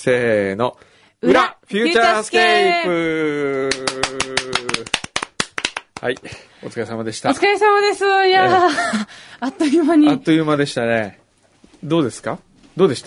せーの。裏フューチャースケープ。はい。お疲れ様でした。 お疲れ様です。いやー、あっという間に。 あっという間でしたね。どうですか？どうでした？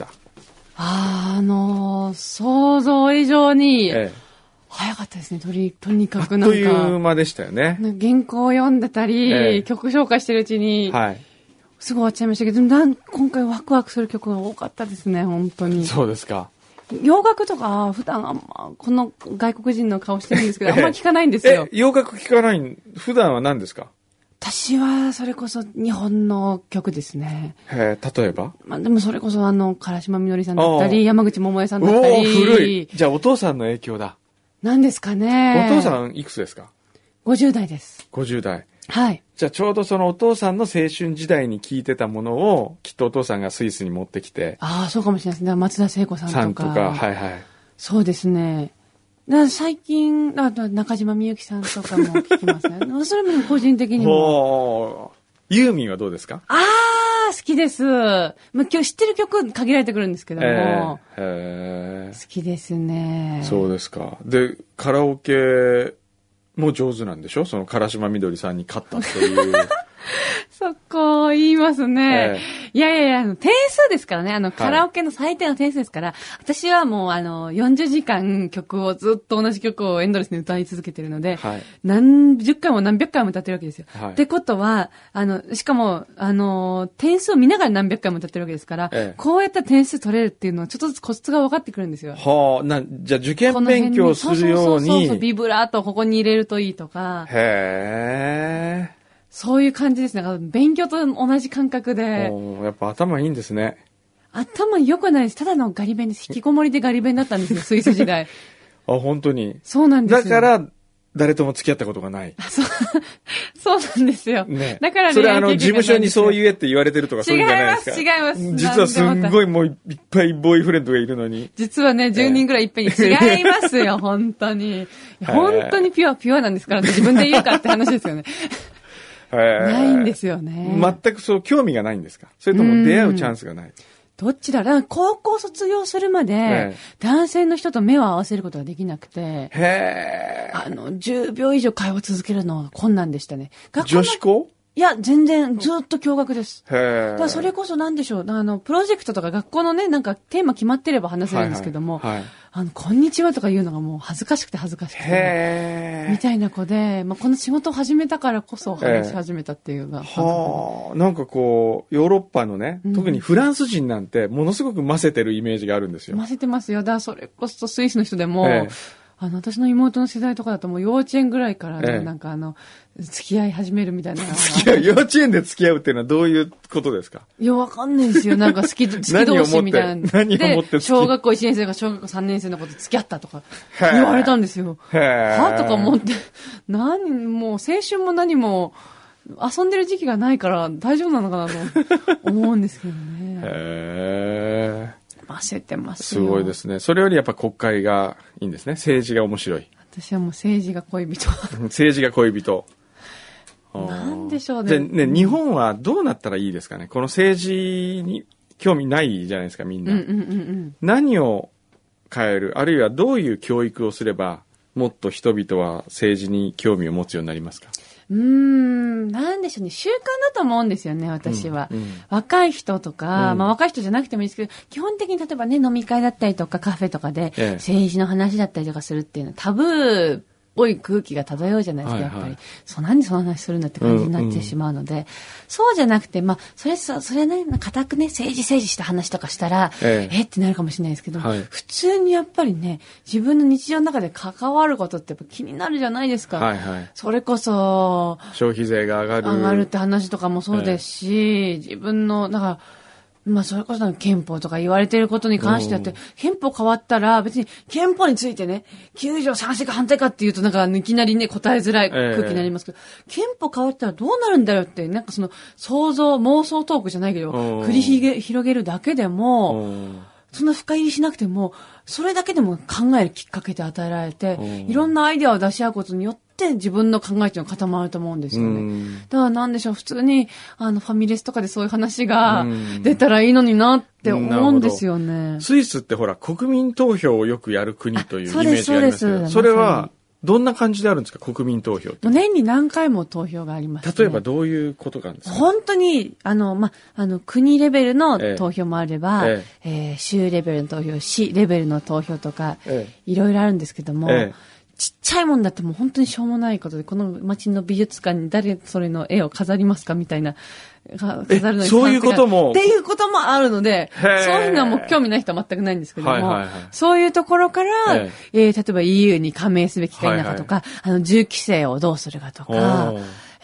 想像以上に、早かったですね。とにかくなんか。 あっという間でしたよね。 原稿を読んでたり、曲紹介してるうちに、はい。すぐ終わっちゃいましたけど、今回ワクワクする曲が多かったですね、本当に。 そうですか。 洋楽とか、普段この外国人の顔してるんですけど、あんまり聞かないんですよ。 洋楽聞かない？普段は何ですか？ 私は、それこそ日本の曲ですね。 例えば？ でもそれこそ唐島みのりさんだったり、山口百恵さんだったり。 古い。じゃあお父さんの影響だ。 何ですかね。 お父さんいくつですか ？50代です。 50代。 はい。 じゃあちょうどそのお父さんの青春時代に聞いてたものを、きっとお父さんがスイスに持ってきて。 ああ、そうかもしれないですね。松田聖子さんとか。 はいはい。 そうですね。最近、中島みゆきさんとかも聞きますね。それも個人的にも。 ユーミンはどうですか？ 好きです。今日知ってる曲限られてくるんですけども。好きですね。 そうですか。で、カラオケも上手なんでしょ？その唐島みどりさんに勝ったっていう。 そこ言いますね。いや、点数ですからね。カラオケの最低の点数ですから、私はもう40時間曲をずっと同じ曲をエンドレスに歌い続けてるので、何十回も何百回も歌ってるわけですよ。ってことは、しかも、点数を見ながら何百回も歌ってるわけですから、こうやった点数取れるっていうのはちょっとずつコツが分かってくるんですよ。 じゃあ受験勉強するように。 そう、ビブラートここに入れるといいとか。そういう感じですね。勉強と同じ感覚で。 やっぱ頭いいんですね。 頭良くないです。ただのガリ勉です。引きこもりでガリ勉だったんですよ、スイス時代。 本当に。 そうなんですよ。 だから、誰とも付き合ったことがない。 そうなんですよ。 ね。 だからね。 それ事務所にそう言えって言われてるとかそういうんじゃないですか。 違います。 実はすんごいもういっぱいボーイフレンドがいるのに。 実はね、10人ぐらいいっぺんに違いますよ、本当に。本当にピュアなんですからね、自分で言うかって話ですよね。ないんですよね。 全くそう興味がないんですか？それとも出会うチャンスがない？ どっちだろう。高校卒業するまで、男性の人と目を合わせることができなくて、10秒以上会話続けるのは困難でしたね。 女子校？ いや、全然、ずっと共学です。だからそれこそなんでしょう。プロジェクトとか学校のね、なんかテーマ決まってれば話せるんですけども、こんにちはとか言うのがもう恥ずかしくて。みたいな子で、この仕事を始めたからこそ話し始めたっていうのが。 なんかこう、ヨーロッパのね、特にフランス人なんて、ものすごく混ぜてるイメージがあるんですよ。 混ぜてますよ。だからそれこそスイスの人でも、私の妹の世代とかだともう幼稚園ぐらいからね、なんか付き合い始めるみたいな。 幼稚園で付き合うっていうのはどういうことですか？ いや、わかんないですよ。なんか好き同士みたいな。 何をもって小学校1年生が小学校3年生のこと付き合ったとか言われたんですよ。はとか思って、もう青春も何も遊んでる時期がないから大丈夫なのかなと思うんですけどね。混ぜてますよ。 すごいですね。それよりやっぱ国会がいいんですね。政治が面白い。 私はもう政治が恋人。 政治が恋人。 なんでしょうね。 でね、日本はどうなったらいいですかね。この政治に興味ないじゃないですか、みんな。何を変える、あるいはどういう教育をすれば、もっと人々は政治に興味を持つようになりますか？ なんでしょうね。習慣だと思うんですよね、私は。若い人とか、若い人じゃなくてもいいですけど、基本的に例えばね、飲み会だったりとかカフェとかで、政治の話だったりとかするっていうのはタブーっぽい空気が漂うじゃないですか、やっぱり。なんでその話するんだって感じになってしまうので、そうじゃなくて、それね、固くね、政治した話とかしたら、ってなるかもしれないですけど、普通にやっぱりね、自分の日常の中で関わることってやっぱ気になるじゃないですか。それこそ、 消費税が上がるって話とかもそうですし、自分の、だから、それこそ憲法とか言われていることに関してだって、憲法変わったら別に憲法についてね、9条賛成か反対かっていうとなんかいきなりね、答えづらい空気になりますけど、憲法変わったらどうなるんだよって、なんかその妄想トークじゃないけど、繰り広げるだけでも、そんな深入りしなくても、それだけでも考えるきっかけで与えられて、いろんなアイデアを出し合うことによって、 って自分の考えっていうのが固まると思うんですよね。だからなんでしょう、普通に、ファミレスとかでそういう話が出たらいいのになって思うんですよね。 スイスってほら、国民投票をよくやる国というイメージがありますけど、それは、どんな感じであるんですか、国民投票って。 年に何回も投票がありますね。 例えばどういうことがあるんですか？ 本当に、国レベルの投票もあれば、州レベルの投票、市レベルの投票とか、いろいろあるんですけども、ちっちゃいもんだってもう本当にしょうもないことで、この街の美術館に誰それの絵を飾りますかみたいな、飾るのにそういうことも。 っていうこともあるので、そういうのはもう興味ない人は全くないんですけども、そういうところから、例えば EU に加盟すべきか否かとか、銃規制をどうするかとか、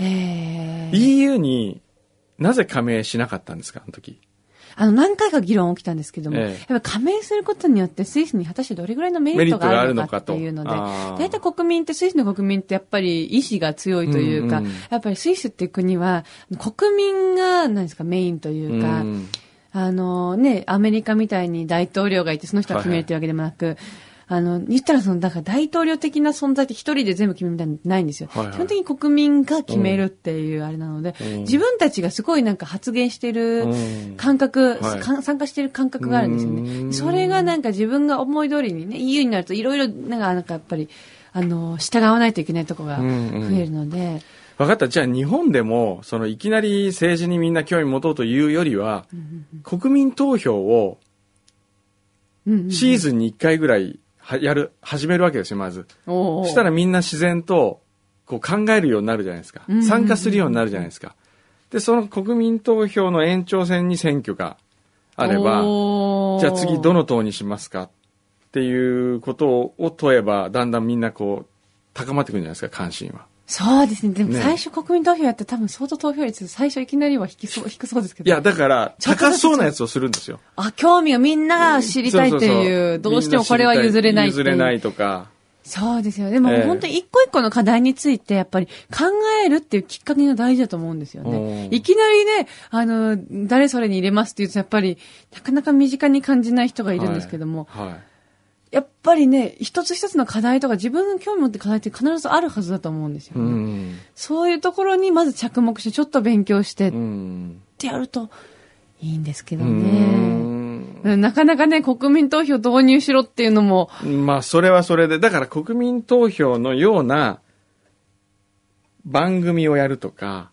EU になぜ加盟しなかったんですか、あの時。 何回か議論起きたんですけども、やっぱり加盟することによってスイスに果たしてどれぐらいのメリットがあるのかっていうので、大体国民って、スイスの国民ってやっぱり意志が強いというか、やっぱりスイスっていう国は国民が何ですかメインというか、アメリカみたいに大統領がいてその人が決めるというわけでもなく、言ったらだから大統領的な存在って一人で全部決めるみたいなのないんですよ。基本的に国民が決めるっていうあれなので、自分たちがすごいなんか発言してる感覚、参加してる感覚があるんですよね。それがなんか自分が思い通りにね、EU になるといろいろなんかやっぱり、従わないといけないところが増えるので、 分かった。じゃあ日本でも、いきなり政治にみんな興味持とうというよりは、国民投票をシーズンに1回ぐらい始めるわけですよ、まず。そしたらみんな自然とこう考えるようになるじゃないですか。参加するようになるじゃないですか。で、その国民投票の延長線に選挙があれば、じゃあ次どの党にしますかっていうことを問えば、だんだんみんなこう、高まってくるんじゃないですか、関心は。 そうですね。でも最初国民投票やって多分相当投票率最初いきなりは低そうですけど。 いや、だから高そうなやつをするんですよ。 興味がみんなが知りたいっていう、どうしてもこれは譲れないっていう。 譲れないとか。 そうですよ。でも本当に一個一個の課題についてやっぱり考えるっていうきっかけが大事だと思うんですよね。いきなりね、誰それに入れますって言うとやっぱりなかなか身近に感じない人がいるんですけども。やっぱりね、一つ一つの課題とか自分が興味持って課題って必ずあるはずだと思うんですよね。そういうところにまず着目してちょっと勉強してってやるといいんですけどね。なかなかね、国民投票導入しろっていうのも。 まあ、それはそれで、だから国民投票のような番組をやるとか、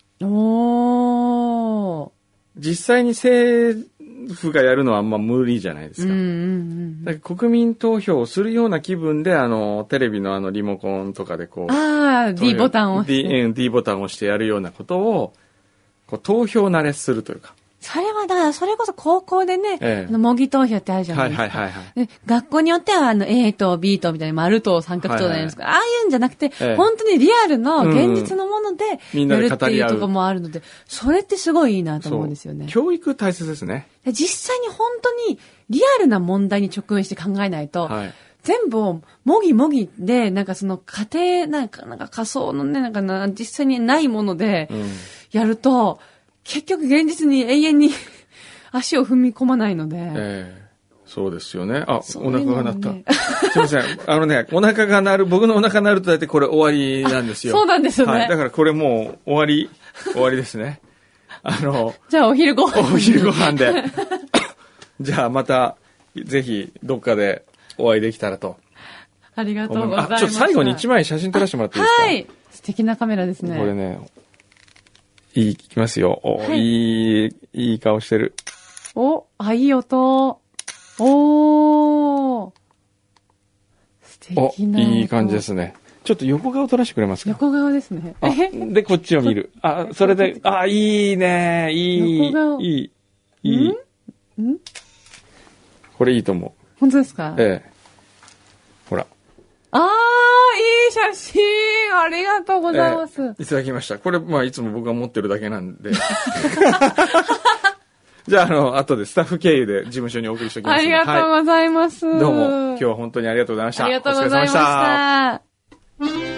実際に政府がやるのはあんま無理じゃないですか。だから国民投票をするような気分で、テレビのリモコンとかでこう、 D ボタンを押して。 D ボタンを押してやるようなことを、こう投票慣れするというか。 それは、だから、それこそ高校でね、模擬投票ってあるじゃないですか。学校によっては、A と B とみたいな丸と三角とじゃないですか。ああいうんじゃなくて、本当にリアルの現実のもので、やるっていうところもあるので、それってすごいいいなと思うんですよね。 教育大切ですね。 実際に本当にリアルな問題に直面して考えないと、全部をもぎもぎで、なんかその家庭、なんか仮想のね、実際にないもので、やると、結局現実に永遠に足を踏み込まないので。 そうですよね。お腹が鳴った。すいません。お腹が鳴る、僕のお腹が鳴ると大体これ終わりなんですよ。 そうなんですよね。 だからこれもう終わりですね。 じゃあお昼ご飯。 お昼ご飯で。じゃあまた、ぜひどっかでお会いできたらと。 ありがとうございます。 ちょっと最後に1枚写真撮らせてもらっていいですか？ はい。素敵なカメラですね。 これね。いきますよ。いい顔してる。 いい音。素敵な音。 いい感じですね。ちょっと横顔撮らせてくれますか？ 横顔ですね。 で、こっちを見る。それで、いいね。いい。これいいと思う。 本当ですか？ ほら。 いい写真ありがとうございます。 いただきました。これ、いつも僕が持ってるだけなんで。じゃあ、後でスタッフ経由で事務所にお送りしておきます。 ありがとうございます。 どうも、今日は本当にありがとうございました。 ありがとうございました。